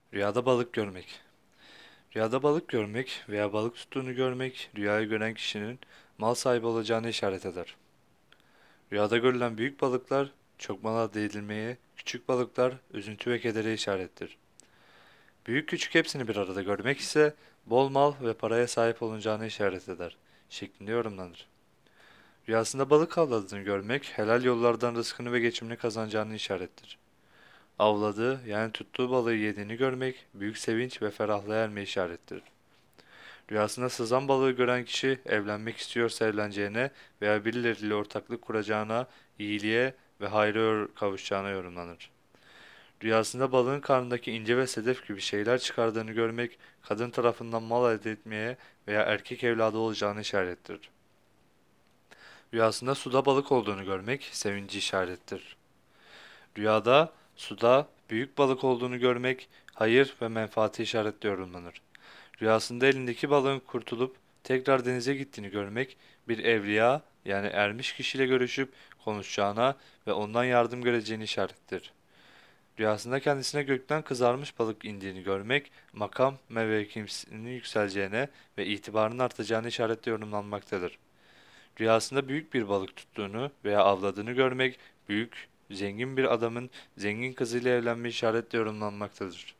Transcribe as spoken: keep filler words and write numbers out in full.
Rüyada balık görmek. Rüyada balık görmek veya balık tuttuğunu görmek, rüyayı gören kişinin mal sahibi olacağını işaret eder. Rüyada görülen büyük balıklar çok mala edilmeye, küçük balıklar üzüntü ve kedere işarettir. Büyük küçük hepsini bir arada görmek ise bol mal ve paraya sahip olunacağını işaret eder şeklinde yorumlanır. Rüyasında balık avladığını görmek, helal yollardan rızkını ve geçimini kazanacağını işarettir. Avladığı yani tuttuğu balığı yediğini görmek, büyük sevinç ve ferahlığa erme işarettir. Rüyasında sazan balığı gören kişi evlenmek istiyorsa evleneceğine veya birileriyle ortaklık kuracağına, iyiliğe ve hayra kavuşacağına yorumlanır. Rüyasında balığın karnındaki ince ve sedef gibi şeyler çıkardığını görmek, kadın tarafından mal elde etmeye veya erkek evladı olacağını işarettir. Rüyasında suda balık olduğunu görmek, sevinci işarettir. Rüyada suda büyük balık olduğunu görmek, hayır ve menfaati işaretli yorumlanır. Rüyasında elindeki balığın kurtulup tekrar denize gittiğini görmek, bir evliya yani ermiş kişiyle görüşüp konuşacağına ve ondan yardım göreceğini işarettir. Rüyasında kendisine gökten kızarmış balık indiğini görmek, makam ve mevkisinin yükseleceğine ve itibarının artacağını işaretli yorumlanmaktadır. Rüyasında büyük bir balık tuttuğunu veya avladığını görmek, büyük, zengin bir adamın zengin kızıyla evlenme işaretle yorumlanmaktadır.